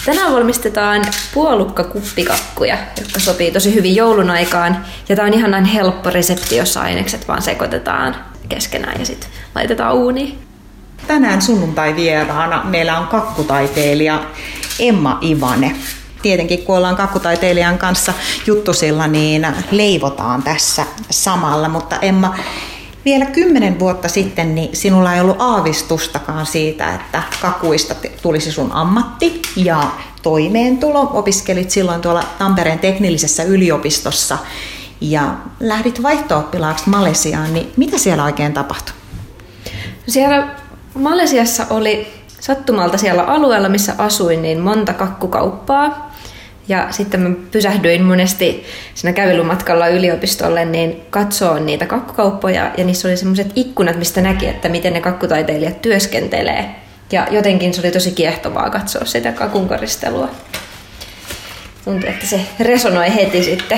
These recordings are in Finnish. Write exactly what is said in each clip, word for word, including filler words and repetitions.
Tänään valmistetaan puolukkakuppikakkuja, jotka sopii tosi hyvin joulun aikaan. Ja tää on ihan näin helppo resepti, jossa ainekset vaan sekoitetaan keskenään ja sitten laitetaan uuniin. Tänään sunnuntai-vieraana meillä on kakkutaiteilija Emma Ivanen. Tietenkin kun ollaan kakkutaiteilijan kanssa juttusilla, niin leivotaan tässä samalla. Mutta Emma, vielä kymmenen vuotta sitten niin sinulla ei ollut aavistustakaan siitä, että kakuista tulisi sun ammatti ja toimeentulo. Opiskelit silloin tuolla Tampereen teknillisessä yliopistossa ja lähdit vaihto-oppilaaksi Malesiaan. Niin mitä siellä oikein tapahtui? Siellä Malesiassa oli sattumalta siellä alueella, missä asuin, niin monta kakkukauppaa. Ja sitten mä pysähdyin monesti siinä kävelymatkalla yliopistolle niin katsoon niitä kakkukauppoja. Ja niissä oli semmoiset ikkunat, mistä näki, että miten ne kakkutaiteilijat työskentelee. Ja jotenkin se oli tosi kiehtovaa katsoa sitä kakunkoristelua. Tuntui, että se resonoi heti sitten.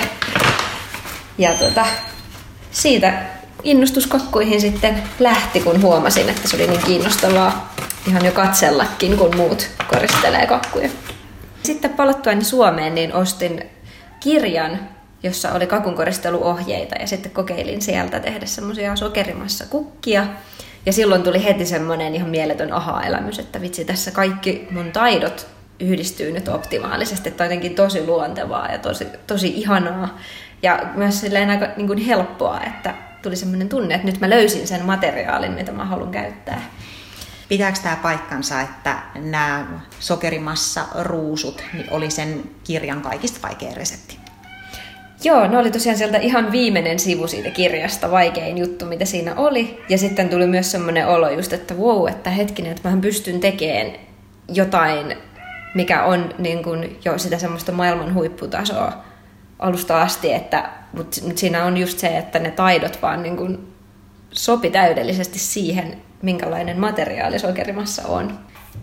Ja tota, siitä innostus kakkuihin sitten lähti, kun huomasin, että se oli niin kiinnostavaa ihan jo katsellakin, kun muut koristelee kakkuja. Sitten palattuani Suomeen, niin ostin kirjan, jossa oli kakunkoristeluohjeita ja sitten kokeilin sieltä tehdä semmoisia sokerimassa kukkia. Ja silloin tuli heti semmoinen ihan mieletön aha-elämys, että vitsi, tässä kaikki mun taidot yhdistyy nyt optimaalisesti, että on jotenkin tosi luontevaa ja tosi, tosi ihanaa. Ja myös silleen aika niin kuin helppoa, että tuli semmoinen tunne, että nyt mä löysin sen materiaalin, mitä mä haluan käyttää. Pitääkö tämä paikkansa, että nämä sokerimassa ruusut niin oli sen kirjan kaikista vaikein resepti? Joo, ne oli tosiaan sieltä ihan viimeinen sivu siitä kirjasta, vaikein juttu, mitä siinä oli. Ja sitten tuli myös semmoinen olo just, että wow, että hetkinen, että mähän pystyn tekemään jotain, mikä on niin kuin jo sitä semmoista maailman huipputasoa alusta asti, että, mutta siinä on just se, että ne taidot vaan niin kuin sopi täydellisesti siihen, minkälainen materiaali sokerimassa on.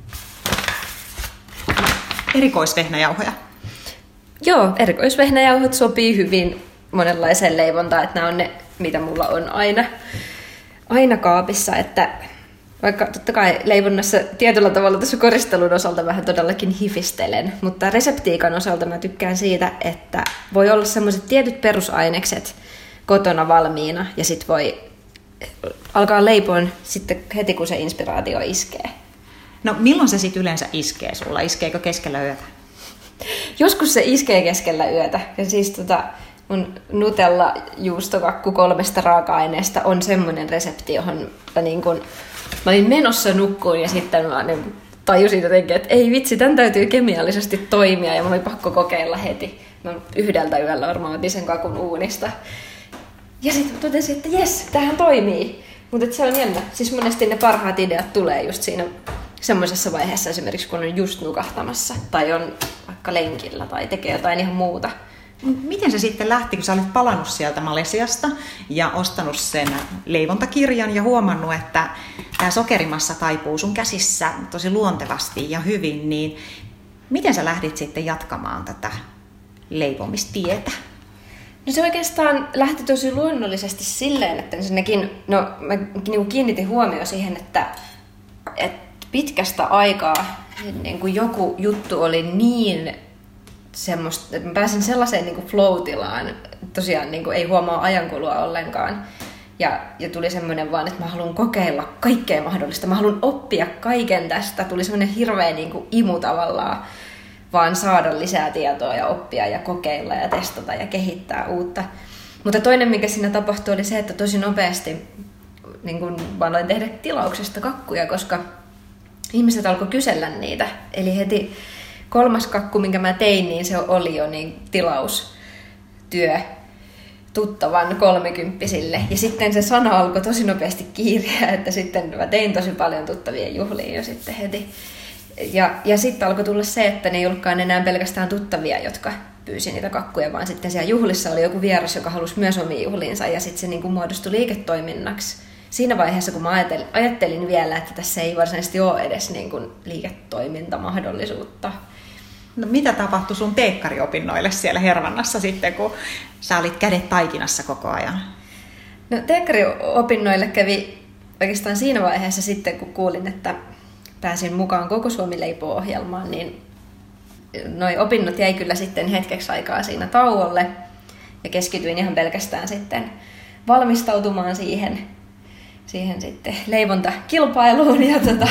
Erikoisvehnäjauhoja. Joo, erikoisvehnäjauhot sopii hyvin monenlaiseen leivontaan, että nämä on ne, mitä mulla on aina, aina kaapissa, että vaikka totta kai leivonnassa tietyllä tavalla tässä koristelun osalta vähän todellakin hifistelen, mutta reseptiikan osalta mä tykkään siitä, että voi olla sellaiset tietyt perusainekset kotona valmiina ja sit voi alkaa leipoon sitten heti, kun se inspiraatio iskee. No milloin se sitten yleensä iskee sulla? Iskeekö keskellä yötä? Joskus se iskee keskellä yötä. Ja siis tota, mun Nutella juustokakku kolmesta raaka-aineesta on semmoinen resepti, johon mä, niin kun, mä olin menossa nukkuun ja sitten mä niin tajusin jotenkin, että ei vitsi, tämän täytyy kemiallisesti toimia ja mä olin pakko kokeilla heti. Mä yhdeltä yöllä varmaan otin sen kakun uunista. Ja sitten totesin, että jes, tämähän toimii. Mutta se on jännä. Siis monesti ne parhaat ideat tulee just siinä semmoisessa vaiheessa esimerkiksi, kun on just nukahtamassa tai on vaikka lenkillä tai tekee jotain ihan muuta. Miten se sitten lähti, kun sä olit palannut sieltä Malesiasta ja ostanut sen leivontakirjan ja huomannut, että tämä sokerimassa taipuu sun käsissä tosi luontevasti ja hyvin, niin miten sä lähdit sitten jatkamaan tätä leipomistietä? No se oikeastaan lähti tosi luonnollisesti silleen, että ensinnäkin, no mä kiinnitin huomioon siihen, että, että pitkästä aikaa niin kuin joku juttu oli niin semmoista, että mä pääsin sellaiseen niin kuin flow-tilaan, tosiaan niin kuin ei huomaa ajankulua ollenkaan. Ja, ja tuli semmoinen vaan, että mä haluan kokeilla kaikkea mahdollista, mä haluan oppia kaiken tästä, tuli semmoinen hirveä niin kuin imu tavallaan. Vaan saada lisää tietoa ja oppia ja kokeilla ja testata ja kehittää uutta. Mutta toinen, mikä siinä tapahtui, oli se, että tosi nopeasti niin kun vaan aloin tehdä tilauksesta kakkuja, koska ihmiset alkoi kysellä niitä. Eli heti kolmas kakku, minkä mä tein, niin se oli jo niin tilaustyö tuttavan kolmekymppisille. Ja sitten se sana alkoi tosi nopeasti kiiriä, että sitten mä tein tosi paljon tuttavien juhliin jo sitten heti. Ja, ja sitten alkoi tulla se, että ne ei ollutkaan enää pelkästään tuttavia, jotka pyysi niitä kakkuja, vaan sitten siellä juhlissa oli joku vieras, joka halusi myös omiin juhliinsa, ja sitten se niin kuin muodostui liiketoiminnaksi. Siinä vaiheessa, kun mä ajattelin, ajattelin vielä, että tässä ei varsinaisesti ole edes niin kuin liiketoimintamahdollisuutta. No mitä tapahtui sun teekkariopinnoille siellä Hervannassa sitten, kun sä olit kädet taikinassa koko ajan? No teekkariopinnoille kävi oikeastaan siinä vaiheessa sitten, kun kuulin, että pääsin mukaan Koko Suomi leipoo -ohjelmaan, niin noi opinnot jäi kyllä sitten hetkeksi aikaa siinä tauolle ja keskityin ihan pelkästään sitten valmistautumaan siihen, siihen sitten leivontakilpailuun ja tota,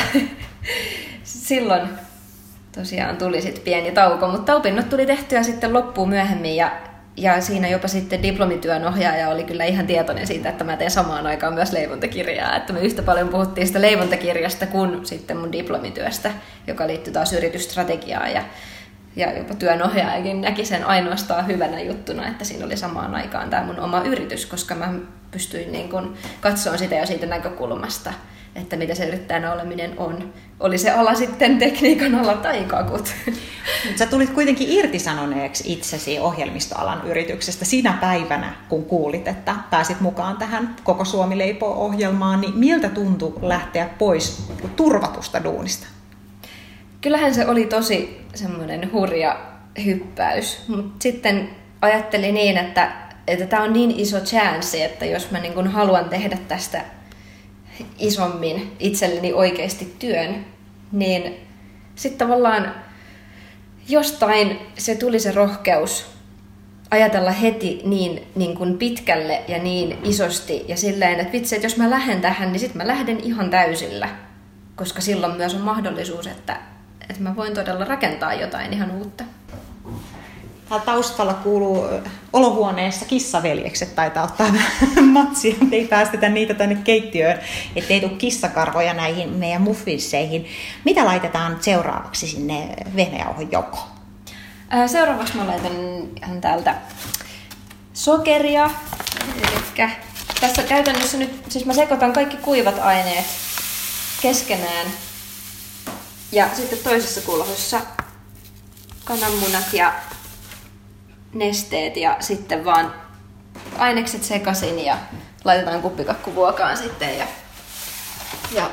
silloin tosiaan tuli sitten pieni tauko, mutta opinnot tuli tehtyä sitten loppuun myöhemmin ja, ja siinä jopa sitten diplomityön ohjaaja oli kyllä ihan tietoinen siitä, että mä teen samaan aikaan myös leivontakirjaa, että me yhtä paljon puhuttiin sitä leivontakirjasta kuin sitten mun diplomityöstä, joka liittyy taas yritysstrategiaan ja Ja jopa työnohjaajakin näki sen ainoastaan hyvänä juttuna, että siinä oli samaan aikaan tämä mun oma yritys, koska mä pystyin niin kun katsomaan sitä jo siitä näkökulmasta, että mitä se yrittäjänä oleminen on. Oli se ala sitten tekniikan ala tai kakut. Sä tulit kuitenkin irtisanoneeksi itsesi ohjelmistoalan yrityksestä sinä päivänä, kun kuulit, että pääsit mukaan tähän Koko Suomi leipoo -ohjelmaan, niin miltä tuntui lähteä pois turvatusta duunista? Kyllähän se oli tosi semmoinen hurja hyppäys, mutta sitten ajattelin niin, että että tämä on niin iso chanssi, että jos mä niin kun haluan tehdä tästä isommin itselleni oikeasti työn, niin sitten tavallaan jostain se tuli se rohkeus ajatella heti niin, niin kuin pitkälle ja niin isosti ja silleen, että vitsi, että jos mä lähden tähän, niin sitten mä lähden ihan täysillä, koska silloin myös on mahdollisuus, että että mä voin todella rakentaa jotain ihan uutta. Täällä taustalla kuuluu olohuoneessa kissaveljekset, taitaa ottaa vähän matsia, ei päästetä niitä tänne keittiöön, ettei tule kissakarvoja näihin meidän muffinseihin. Mitä laitetaan seuraavaksi sinne vehnäjauhon joukkoon? Seuraavaksi mä laitan ihan täältä sokeria. Elikkä tässä käytännössä nyt, siis mä sekoitan kaikki kuivat aineet keskenään. Ja sitten toisessa kulhossa kananmunat ja nesteet ja sitten vaan ainekset sekaisin ja laitetaan kuppikakkuvuokaan sitten ja, ja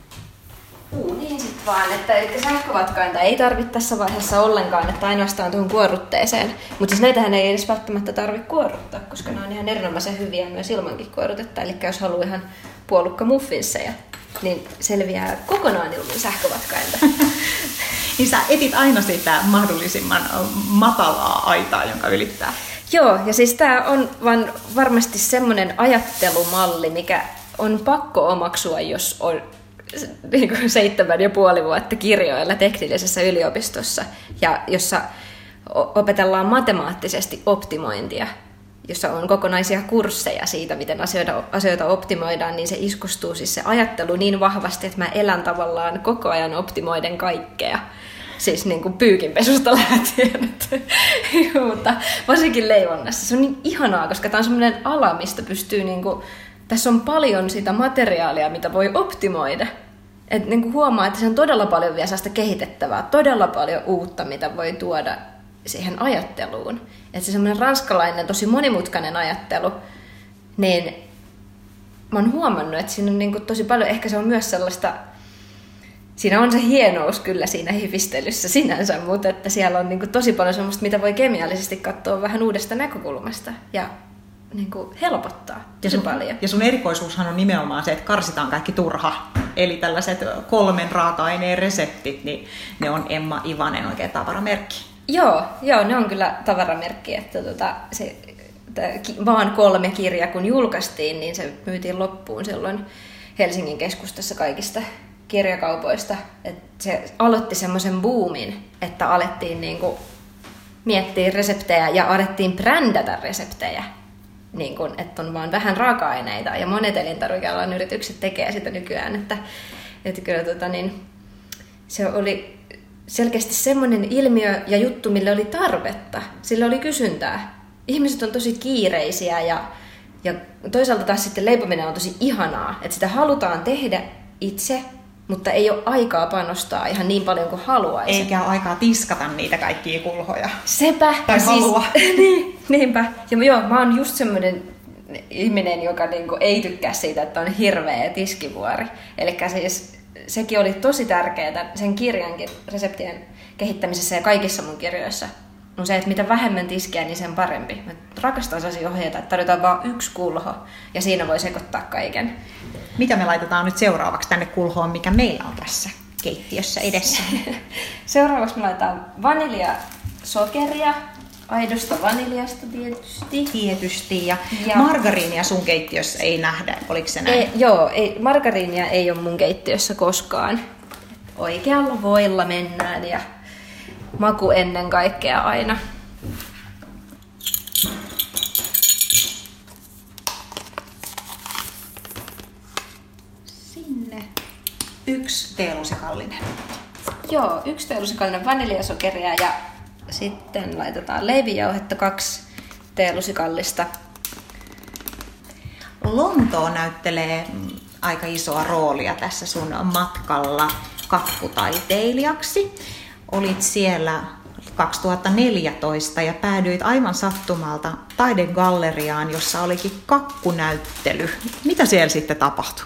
uuniin sitten vaan, että eli sähkövatkainta ei tarvitse tässä vaiheessa ollenkaan, että ainoastaan tuohon kuorrutteeseen. Mutta siis näitähän ei edes välttämättä tarvitse kuorruttaa, koska ne on ihan erinomaisen hyviä myös ilmankin kuorrutetta. Eli jos haluaa ihan puolukka muffinsseja, niin selviää kokonaan ilman sähkövatkainta. Niin sä etit aina sitä mahdollisimman matalaa aitaa, jonka ylittää. Joo, ja siis tää on vaan varmasti semmoinen ajattelumalli, mikä on pakko omaksua, jos on niin kuin seitsemän ja puoli vuotta kirjoilla teknillisessä yliopistossa, ja jossa opetellaan matemaattisesti optimointia, jossa on kokonaisia kursseja siitä, miten asioita, asioita optimoidaan, niin se iskostuu siis se ajattelu niin vahvasti, että mä elän tavallaan koko ajan optimoiden kaikkea. Siis niin kuin pyykinpesusta lähtien. Mutta varsinkin leivonnassa. Se on niin ihanaa, koska tämä on semmoinen ala, mistä pystyy... Niin kuin, tässä on paljon sitä materiaalia, mitä voi optimoida. Et niin kuin huomaa, että se on todella paljon vielä sellaista kehitettävää, todella paljon uutta, mitä voi tuoda siihen ajatteluun. Että se semmoinen ranskalainen, tosi monimutkainen ajattelu, niin mä oon huomannut, että siinä on niin kuin tosi paljon, ehkä se on myös sellaista, siinä on se hienous kyllä siinä hifistelyssä sinänsä, mutta että siellä on niin kuin tosi paljon semmoista, mitä voi kemiallisesti katsoa vähän uudesta näkökulmasta ja niin kuin helpottaa ja sun, paljon. Ja sun erikoisuushan on nimenomaan se, että karsitaan kaikki turha. Eli tällaiset kolmen raaka-aineen reseptit, niin ne on Emma Ivanen oikein tavaramerkki. Joo, joo, ne on kyllä tavaramerkki, että tota, se, vaan kolme kirja kun julkaistiin, niin se myytiin loppuun silloin Helsingin keskustassa kaikista kirjakaupoista. Et se aloitti semmoisen boomin, että alettiin niinku miettiä reseptejä ja alettiin brändätä reseptejä, niin kun, että on vaan vähän raaka-aineita. Ja monet elintarvikealan yritykset tekee sitä nykyään, että, että kyllä tota, niin, se oli selkeästi semmoinen ilmiö ja juttu, mille oli tarvetta. Sillä oli kysyntää. Ihmiset on tosi kiireisiä ja, ja toisaalta taas sitten leipominen on tosi ihanaa, että sitä halutaan tehdä itse, mutta ei ole aikaa panostaa ihan niin paljon kuin haluaisi. Eikä ole aikaa tiskata niitä kaikkia kulhoja. Sepä. Tai siis, halua. niin, niinpä. Ja joo, mä oon just semmoinen ihminen, joka niinku ei tykkää siitä, että on hirveä tiskivuori. Elikkä siis sekin oli tosi tärkeää sen kirjankin reseptien kehittämisessä ja kaikissa mun kirjoissa. On se, että mitä vähemmän tiskiä, niin sen parempi. Mä rakastan sellaisia ohjeita, että tarjotaan vaan yksi kulho ja siinä voi sekoittaa kaiken. Mitä me laitetaan nyt seuraavaksi tänne kulhoon, mikä meillä on tässä keittiössä edessä. Seuraavaksi me laitetaan vaniljasokeria, aidosta vaniljasta tietysti. Tietysti, ja, ja margariinia sun keittiössä ei nähdä, oliko se näin? Ei, joo, ei, margariinia ei ole mun keittiössä koskaan. Oikealla voilla mennään ja maku ennen kaikkea aina. Sinne yksi teelusikallinen. Joo, yksi teelusikallinen vaniljasokeria ja sitten laitetaan leivijauhetta kaksi teelusikallista. Lontoo näyttelee aika isoa roolia tässä sun matkalla kakkutaiteilijaksi. Olit siellä kaksituhattaneljätoista ja päädyit aivan sattumalta taidegalleriaan, jossa olikin kakkunäyttely. Mitä siellä sitten tapahtui?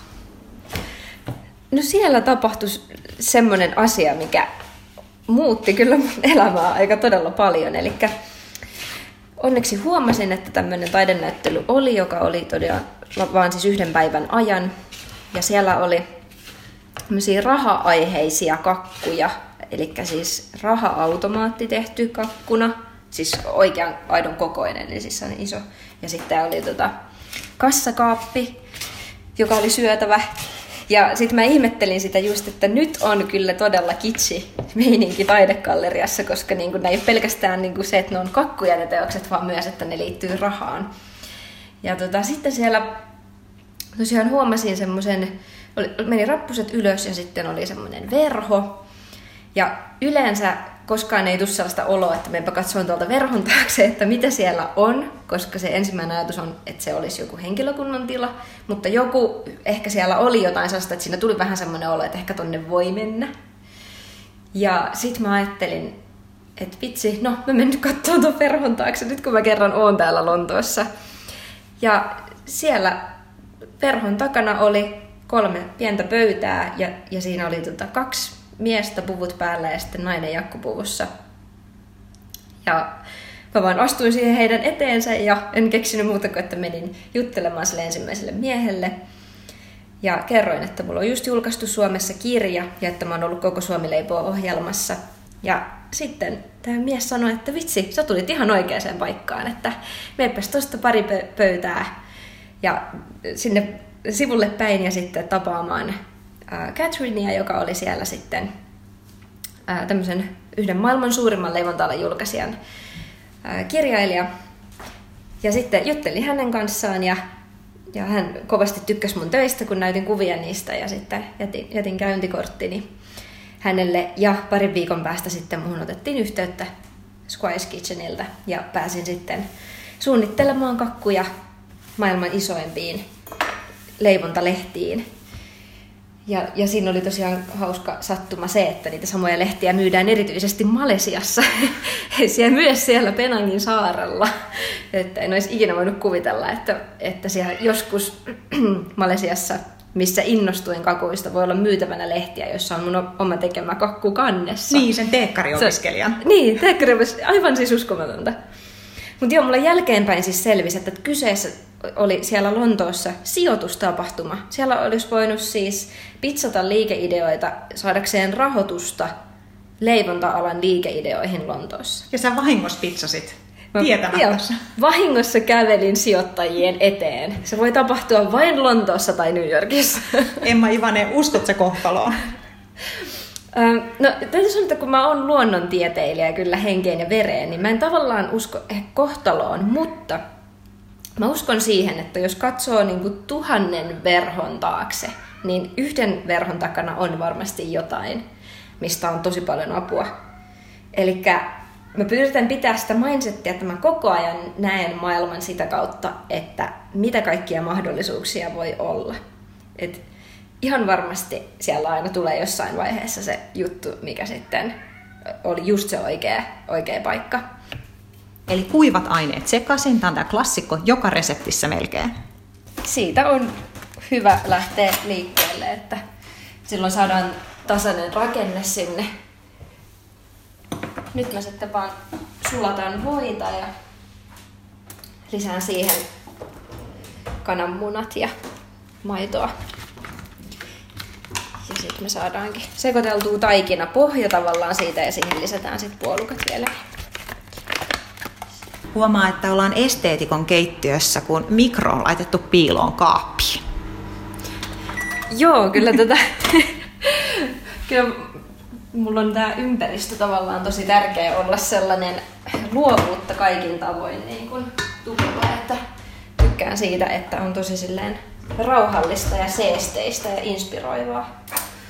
No siellä tapahtui semmoinen asia, mikä muutti kyllä mun elämää aika todella paljon. Eli onneksi huomasin, että tämmöinen taidenäyttely oli, joka oli todella vaan siis yhden päivän ajan. Ja siellä oli tämmöisiä raha-aiheisia kakkuja, eli siis raha-automaatti tehty kakkuna, siis oikean aidon kokoinen, eli siis on iso. Ja sitten oli tota kassakaappi, joka oli syötävä. Ja sitten mä ihmettelin sitä just, että nyt on kyllä todella kitsi meininki taidegalleriassa, koska niinku ne ei ole pelkästään niinku se, että ne on kakkuja ne teokset, vaan myös, että ne liittyy rahaan. Ja tota, sitten siellä tosiaan huomasin semmoisen, meni rappuset ylös ja sitten oli semmoinen verho. Ja yleensä koskaan ei tule sellaista oloa, että menpä katsoin tuolta verhon taakse, että mitä siellä on, koska se ensimmäinen ajatus on, että se olisi joku henkilökunnan tila, mutta joku, ehkä siellä oli jotain sellaista, että siinä tuli vähän semmoinen olo, että ehkä tonne voi mennä. Ja sit mä ajattelin, että vitsi, no mä menen nyt katsomaan tuon verhon taakse, nyt kun mä kerran oon täällä Lontoossa. Ja siellä verhon takana oli kolme pientä pöytää ja, ja siinä oli tota kaksi miestä puvut päällä ja sitten nainen jakkupuvussa. Ja mä vaan astuin siihen heidän eteensä ja en keksinyt muuta kuin, että menin juttelemaan sille ensimmäiselle miehelle. Ja kerroin, että mulla on just julkaistu Suomessa kirja ja että mä oon ollut koko Suomi leipoo ohjelmassa. Ja sitten tämä mies sanoi, että vitsi, sä tulit ihan oikeaan paikkaan, että meepäs tosta pari pöytää ja sinne sivulle päin ja sitten tapaamaan Catherinea, joka oli siellä sitten ää, tämmöisen yhden maailman suurimman leivonta-alan julkaisijan ää, kirjailija. Ja sitten juttelin hänen kanssaan ja, ja hän kovasti tykkäsi mun töistä, kun näytin kuvia niistä ja sitten jätin, jätin käyntikorttini hänelle. Ja parin viikon päästä sitten muhun otettiin yhteyttä Squire's Kitcheniltä ja pääsin sitten suunnittelemaan kakkuja maailman isoimpiin leivontalehtiin. Ja, ja siinä oli tosiaan hauska sattuma se, että niitä samoja lehtiä myydään erityisesti Malesiassa. Siellä myös siellä Penangin saarella. Että en olisi ikinä voinut kuvitella, että, että siellä joskus Malesiassa, missä innostuin kakuista, voi olla myytävänä lehtiä, jossa on mun oma tekemä kakku kannessa. Niin, sen teekkariopiskelijan. Se, niin, teekkariopiskelijan. Aivan siis uskomatonta. Mutta joo, mulla jälkeenpäin siis selvisi, että kyseessä oli siellä Lontoossa sijoitustapahtuma. Siellä olisi voinut siis pitsata liikeideoita saadakseen rahoitusta leivonta-alan liikeideoihin Lontoossa. Ja sä vahingossa pitsasit tietämättä. Vahingossa kävelin sijoittajien eteen. Se voi tapahtua vain Lontoossa tai New Yorkissa. Emma Ivanen, uskot sä kohtaloon? No täytyy sanoa, että kun mä oon luonnontieteilijä kyllä henkeen ja vereen, niin mä en tavallaan usko ehkä kohtaloon, mutta mä uskon siihen, että jos katsoo niin kuin tuhannen verhon taakse, niin yhden verhon takana on varmasti jotain, mistä on tosi paljon apua. Elikkä mä pyritän pitää sitä mindsettiä, että mä koko ajan näen maailman sitä kautta, että mitä kaikkia mahdollisuuksia voi olla. Et ihan varmasti siellä aina tulee jossain vaiheessa se juttu, mikä sitten oli just se oikea, oikea paikka. Eli kuivat aineet sekaisin, tämä on tämä klassikko joka reseptissä melkein. Siitä on hyvä lähteä liikkeelle, että silloin saadaan tasainen rakenne sinne. Nyt mä sitten vaan sulatan voita ja lisään siihen kananmunat ja maitoa. Ja sitten me saadaankin sekoiteltua taikina pohja tavallaan siitä ja siihen lisätään sitten puolukat vielä. Huomaa, että ollaan esteetikon keittiössä, kun mikro on laitettu piiloon kaappiin. Joo, kyllä tätä... kyllä mulla on tää ympäristö tavallaan tosi tärkeä olla sellainen luovuutta kaikin tavoin niin kuin tukeva, että tykkään siitä, että on tosi silleen rauhallista ja seesteistä ja inspiroivaa.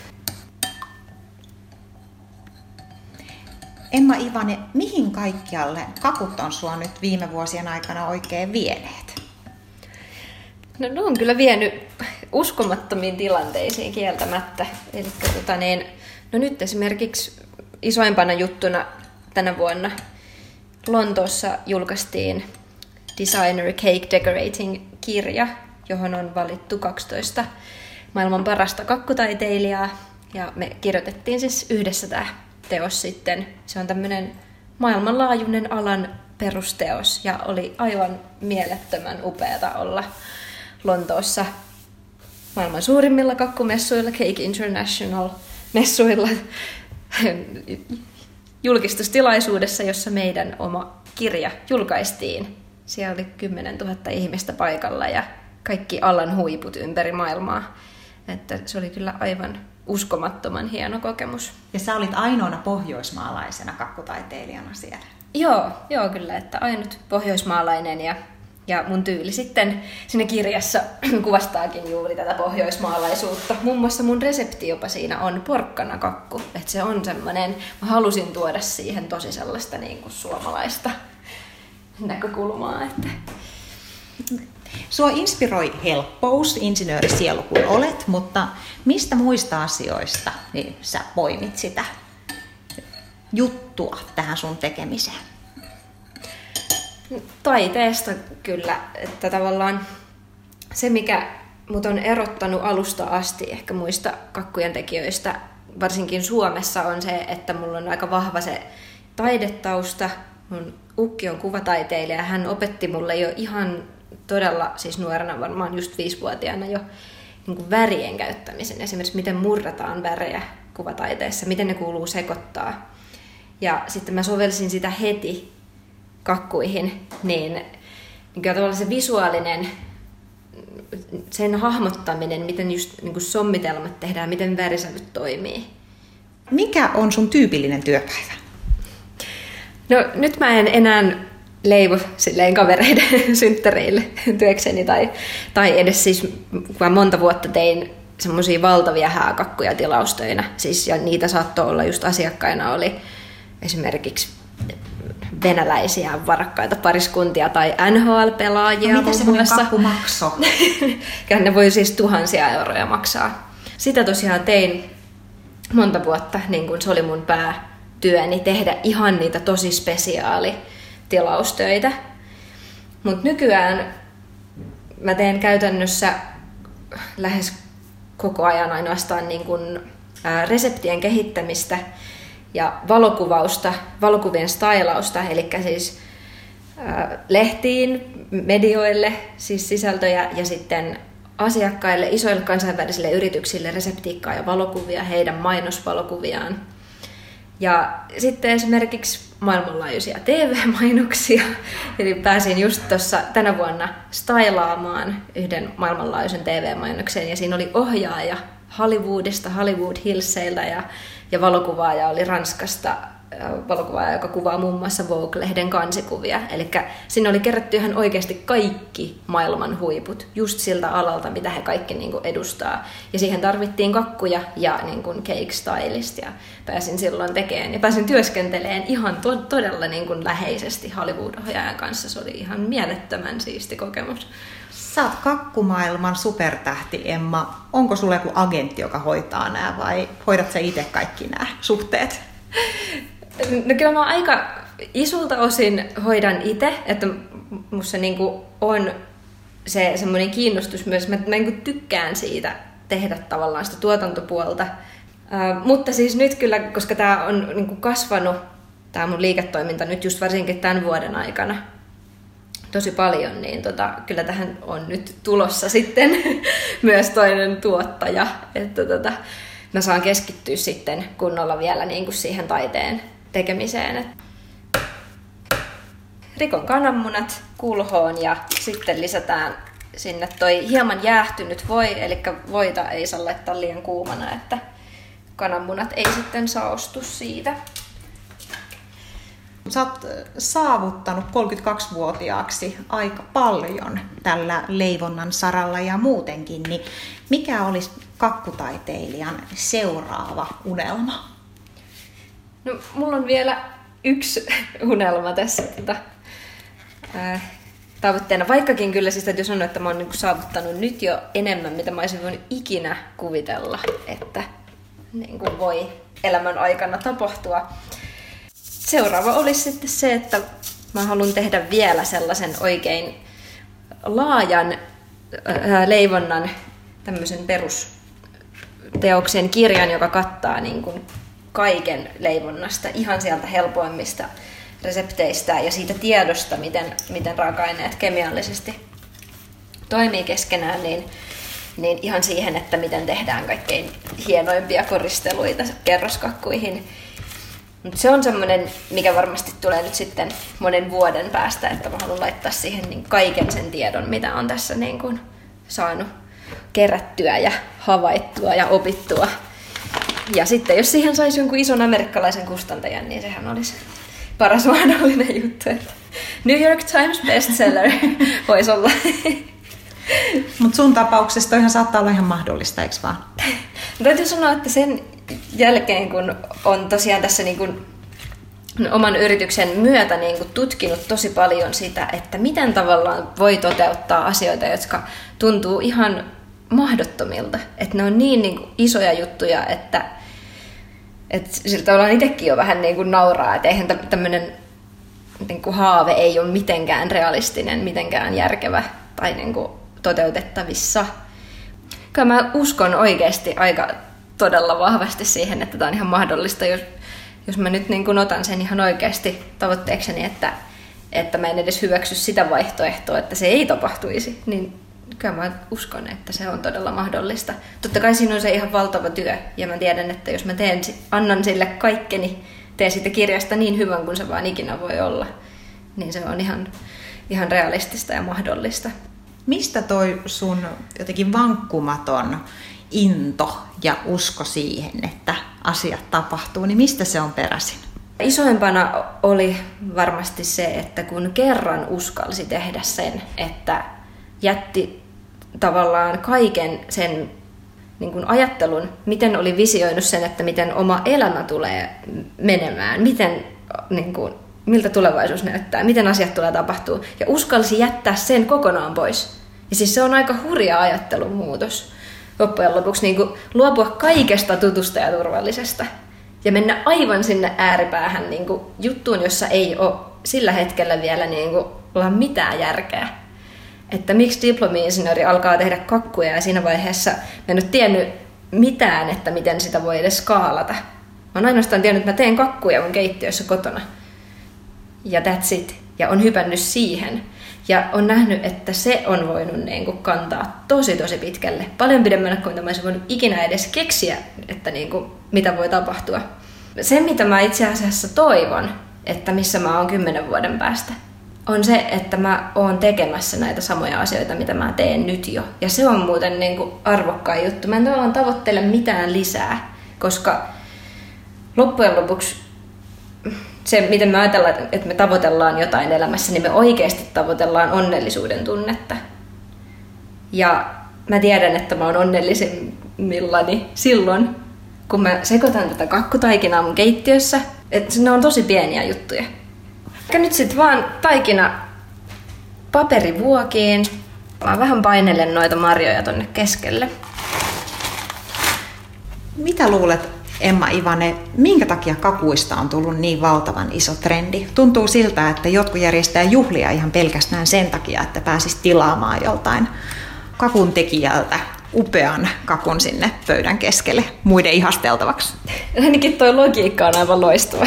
Emma Ivane, mihin kaikkialle kakut on sua nyt viime vuosien aikana oikein vieneet? No ne on kyllä vienyt uskomattomiin tilanteisiin kieltämättä. Eli, tota niin, no nyt esimerkiksi isoimpana juttuna tänä vuonna Lontoossa julkaistiin Designer Cake Decorating-kirja, johon on valittu kaksitoista maailman parasta kakkutaiteilijaa. Ja me kirjoitettiin siis yhdessä tämä teos sitten. Se on tämmöinen maailmanlaajuinen alan perusteos ja oli aivan mielettömän upeata olla Lontoossa maailman suurimmilla kakkumessuilla, Cake International-messuilla, julkistustilaisuudessa, jossa meidän oma kirja julkaistiin. Siellä oli kymmenen tuhatta ihmistä paikalla ja kaikki alan huiput ympäri maailmaa. Että se oli kyllä aivan uskomattoman hieno kokemus. Ja sä olit ainoana pohjoismaalaisena kakkutaiteilijana siellä. Joo, joo kyllä, että ainut pohjoismaalainen ja, ja mun tyyli sitten siinä kirjassa kuvastaakin juuri tätä pohjoismaalaisuutta. Muun muassa mun resepti jopa siinä on porkkanakakku, että se on semmoinen, mä halusin tuoda siihen tosi sellaista niin kuin suomalaista näkökulmaa. Että... Sua inspiroi helppous, insinöörisielu kun olet, mutta mistä muista asioista niin sä poimit sitä juttua tähän sun tekemiseen? Taiteesta kyllä, että tavallaan se mikä mut on erottanut alusta asti ehkä muista kakkujen tekijöistä, varsinkin Suomessa, on se, että mulla on aika vahva se taidetausta. Mun ukki on kuvataiteilija, hän opetti mulle jo ihan todella, siis nuorena varmaan just viisivuotiaana jo niin kuin värien käyttämisen. Esimerkiksi miten murrataan värejä kuvataiteessa, miten ne kuuluu sekoittaa. Ja sitten mä sovelsin sitä heti kakkuihin, niin, niin kyllä tavallaan se visuaalinen, sen hahmottaminen, miten just niin kuin sommitelmat tehdään, miten värisävyt toimii. Mikä on sun tyypillinen työpäivä? No nyt mä en enää leivo silleen kavereiden synttäreille työkseni tai, tai edes siis, kun mä monta vuotta tein semmosia valtavia hääkakkuja tilaustöinä, siis ja niitä saattoi olla just asiakkaina oli esimerkiksi venäläisiä varakkaita pariskuntia tai N H L-pelaajia. No, mitä semmoinen kakku maksoi? Ne voi siis tuhansia euroja maksaa. Sitä tosiaan tein monta vuotta, niin kun se oli mun päätyöni, tehdä ihan niitä tosi spesiaali tilaustöitä. Mutta nykyään mä teen käytännössä lähes koko ajan ainoastaan niin kun, ää, reseptien kehittämistä ja valokuvausta, valokuvien stylausta, eli siis ää, lehtiin, medioille siis sisältöjä ja sitten asiakkaille, isoille kansainvälisille yrityksille reseptiikkaa ja valokuvia, heidän mainosvalokuviaan. Ja sitten esimerkiksi maailmanlaajuisia T V-mainoksia. Eli pääsin just tuossa tänä vuonna stylaamaan yhden maailmanlaajuisen T V-mainoksen. Ja siinä oli ohjaaja Hollywoodista, Hollywood Hillseiltä ja, ja valokuvaaja oli Ranskasta. Valokuvaaja, joka kuvaa muun muassa Vogue-lehden kansikuvia. Eli siinä oli kerätty ihan oikeasti kaikki maailman huiput just siltä alalta, mitä he kaikki niin kuin edustaa. Ja siihen tarvittiin kakkuja ja niin kuin cake stylist. Ja pääsin silloin tekemään ja pääsin työskentelemään ihan to- todella niin kuin läheisesti Hollywood-ohjaajan kanssa. Se oli ihan mielettömän siisti kokemus. Sä oot kakkumaailman supertähti, Emma. Onko sulla joku agentti, joka hoitaa nämä vai hoidat sä itse kaikki nämä suhteet? No kyllä mä aika isolta osin hoidan itse, että musta niinku on se semmoinen kiinnostus myös, mä, mä niinku tykkään siitä tehdä tavallaan sitä tuotantopuolta. Uh, mutta siis nyt kyllä, koska tää on niinku kasvanut, tää mun liiketoiminta nyt just varsinkin tämän vuoden aikana tosi paljon, niin tota, kyllä tähän on nyt tulossa sitten myös toinen tuottaja, että tota, mä saan keskittyä sitten kunnolla vielä niin kuin siihen taiteen tekemiseen. Rikon kananmunat kulhoon ja sitten lisätään sinne toi hieman jäähtynyt voi, eli voita ei saa laittaa liian kuumana, että kananmunat ei sitten saostu siitä. Sä oot saavuttanut kolmekymmentäkaksivuotiaaksi aika paljon tällä leivonnan saralla ja muutenkin, niin mikä olisi kakkutaiteilijan seuraava unelma? No, mulla on vielä yksi unelma tässä tota, äh, tavoitteena, vaikkakin kyllä siis täytyy sanoa, että mä oon niin kuin saavuttanut nyt jo enemmän, mitä mä olisin voinut ikinä kuvitella, että niin kuin voi elämän aikana tapahtua. Seuraava olisi sitten se, että mä haluan tehdä vielä sellaisen oikein laajan ää, leivonnan tämmöisen perusteoksen kirjan, joka kattaa niin kuin kaiken leivonnasta, ihan sieltä helpoimmista resepteistä ja siitä tiedosta, miten, miten raaka-aineet kemiallisesti toimii keskenään, niin, niin ihan siihen, että miten tehdään kaikkein hienoimpia koristeluita kerroskakkuihin. Mutta se on semmoinen, mikä varmasti tulee nyt sitten monen vuoden päästä, että mä haluan laittaa siihen niin kaiken sen tiedon, mitä on tässä niin kuin saanut kerättyä ja havaittua ja opittua. Ja sitten jos siihen saisi jonkun ison amerikkalaisen kustantajan, niin sehän olisi paras mahdollinen juttu. Että New York Times bestseller voisi olla. Mutta sun tapauksessa toihan saattaa olla ihan mahdollista, eikö vaan? Täytyy sanoa, että sen jälkeen, kun on tosiaan tässä niin kuin oman yrityksen myötä niin kuin tutkinut tosi paljon sitä, että miten tavallaan voi toteuttaa asioita, jotka tuntuu ihan mahdottomilta. Että ne on niin, niin kuin isoja juttuja, että, että sillä tavalla itsekin jo vähän niin kuin nauraa, että eihän tämmöinen niin kuin haave ei ole mitenkään realistinen, mitenkään järkevä tai niin kuin toteutettavissa. Kyllä mä uskon oikeasti aika todella vahvasti siihen, että tämä on ihan mahdollista, jos, jos mä nyt niin kuin otan sen ihan oikeasti tavoitteekseni, että, että mä en edes hyväksy sitä vaihtoehtoa, että se ei tapahtuisi, niin kyllä mä uskon, että se on todella mahdollista. Totta kai siinä on se ihan valtava työ, ja mä tiedän, että jos mä teen, annan sille kaikkeni, teen siitä kirjasta niin hyvän kuin se vaan ikinä voi olla, niin se on ihan, ihan realistista ja mahdollista. Mistä toi sun jotenkin vankkumaton into ja usko siihen, että asiat tapahtuu, niin mistä se on peräisin? Isoimpana oli varmasti se, että kun kerran uskalsi tehdä sen, että jätti tavallaan kaiken sen niin kuin ajattelun, miten oli visioinut sen, että miten oma elämä tulee menemään, miten, niin kuin, miltä tulevaisuus näyttää, miten asiat tulee tapahtua, ja uskalsi jättää sen kokonaan pois. Ja siis se on aika hurja ajattelun muutos. Loppujen lopuksi niin kuin luopua kaikesta tutusta ja turvallisesta ja mennä aivan sinne ääripäähän niin kuin juttuun, jossa ei ole sillä hetkellä vielä niin kuin olla mitään järkeä. Että miksi diplomi-insinööri alkaa tehdä kakkuja ja siinä vaiheessa mä en ole tiennyt mitään, että miten sitä voi edes skaalata. Mä oon ainoastaan tiennyt, että mä teen kakkuja mun keittiössä kotona. Ja that's it. Ja on hypännyt siihen. Ja on nähnyt, että se on voinut niin kuin kantaa tosi tosi pitkälle. Paljon pidemmälle kuin mä olisin voinut ikinä edes keksiä, että niin kuin, mitä voi tapahtua. Se, mitä mä itse asiassa toivon, että missä mä oon kymmenen vuoden päästä, on se, että mä oon tekemässä näitä samoja asioita, mitä mä teen nyt jo. Ja se on muuten niin kuin arvokkain juttu. Mä en tavallaan tavoittele mitään lisää, koska loppujen lopuksi se, miten me ajatellaan, että me tavoitellaan jotain elämässä, niin me oikeasti tavoitellaan onnellisuuden tunnetta. Ja mä tiedän, että mä oon onnellisimmillani silloin, kun mä sekoitan tätä kakkutaikinaa mun keittiössä. Että ne on tosi pieniä juttuja. Ja nyt sit vaan taikina paperivuokiin. Mä vähän painelen noita marjoja tonne keskelle. Mitä luulet, Emma Ivane, minkä takia kakuista on tullut niin valtavan iso trendi? Tuntuu siltä, että jotkut järjestää juhlia ihan pelkästään sen takia, että pääsis tilaamaan joltain kakun tekijältä upean kakun sinne pöydän keskelle muiden ihasteltavaksi. Ainakin toi logiikka on aivan loistava.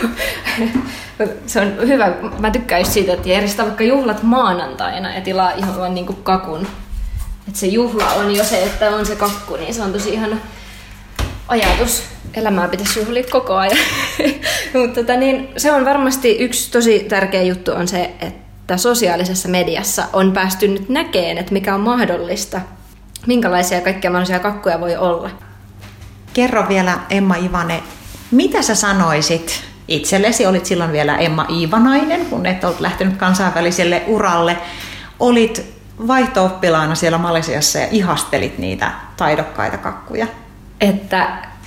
Se on hyvä. Mä tykkään just siitä, että järjestää vaikka juhlat maanantaina ja tilaa ihan vaan niin kuin kakun. Että se juhla on jo se, että on se kakku, niin se on tosi ihana. ajatus. Elämää pitäisi juhlia koko ajan. Mutta tota, niin, se on varmasti yksi tosi tärkeä juttu on se, että sosiaalisessa mediassa on päästy nyt näkemään, että mikä on mahdollista. Minkälaisia kaikkia mahdollisia kakkuja voi olla. Kerro vielä, Emma Ivane, mitä sä sanoisit itsellesi? Olit silloin vielä Emma Ivanainen, kun et ollut lähtenyt kansainväliselle uralle. Olit vaihto-oppilaana siellä Malesiassa ja ihastelit niitä taidokkaita kakkuja. Että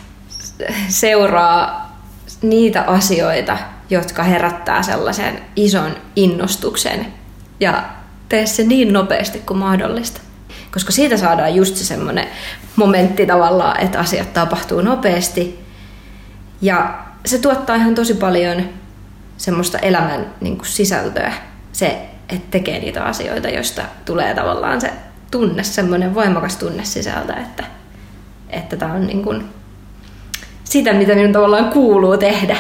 seuraa niitä asioita, jotka herättää sellaisen ison innostuksen ja tee se niin nopeasti kuin mahdollista. Koska siitä saadaan just se semmoinen momentti tavallaan, että asiat tapahtuu nopeasti. Ja se tuottaa ihan tosi paljon semmoista elämän niin kuin sisältöä. Se, että tekee niitä asioita, joista tulee tavallaan se tunne, semmoinen voimakas tunne sisältä, että että tämä on niin kuin sitä, mitä minun tavallaan kuuluu tehdä,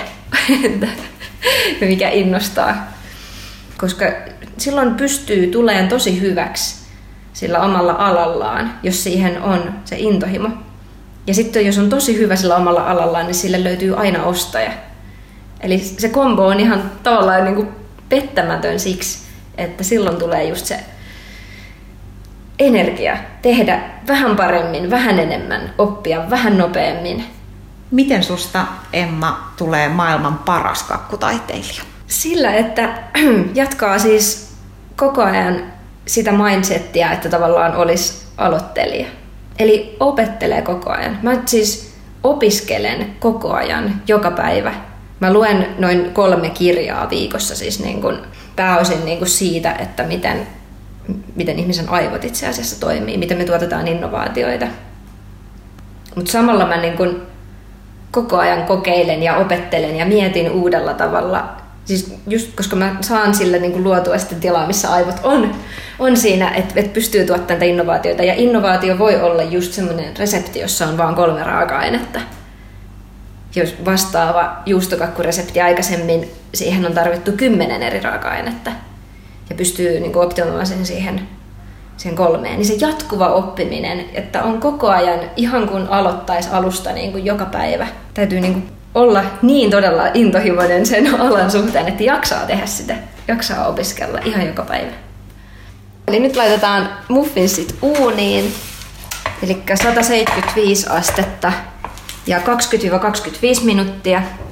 mikä innostaa. Koska silloin pystyy tulemaan tosi hyväksi sillä omalla alallaan, jos siihen on se intohimo. Ja sitten jos on tosi hyvä sillä omalla alallaan, niin sille löytyy aina ostaja. Eli se kombo on ihan tavallaan niin kuin pettämätön siksi, että silloin tulee just se energia tehdä vähän paremmin, vähän enemmän, oppia vähän nopeammin. Miten susta, Emma, tulee maailman paras kakkutaiteilija? Sillä, että jatkaa siis koko ajan sitä mindsettiä, että tavallaan olisi aloittelija. Eli opettelee koko ajan. Mä siis opiskelen koko ajan, joka päivä. Mä luen noin kolme kirjaa viikossa siis niin kuin pääosin niin kuin siitä, että miten, miten ihmisen aivot itse asiassa toimii, miten me tuotetaan innovaatioita. Mutta samalla mä niin kuin koko ajan kokeilen ja opettelen ja mietin uudella tavalla. Siis just koska mä saan sille niin kuin luotua sitten tilaa, missä aivot on, on siinä, että, että pystyy tuottamaan innovaatioita. Ja innovaatio voi olla just semmoinen resepti, jossa on vain kolme raaka-ainetta. Jos vastaava juustokakkuresepti aikaisemmin, siihen on tarvittu kymmenen eri raaka-ainetta. Ja pystyy niin kuin optimoimaan sen siihen, siihen kolmeen. Niin se jatkuva oppiminen, että on koko ajan ihan kuin aloittaisi alusta niin kuin joka päivä. Täytyy niin kuin olla niin todella intohimoinen sen alan suhteen, että jaksaa tehdä sitä, jaksaa opiskella ihan joka päivä. Eli nyt laitetaan muffinsit uuniin, eli sata seitsemänkymmentäviisi astetta ja kaksikymmentä kaksikymmentäviisi minuuttia.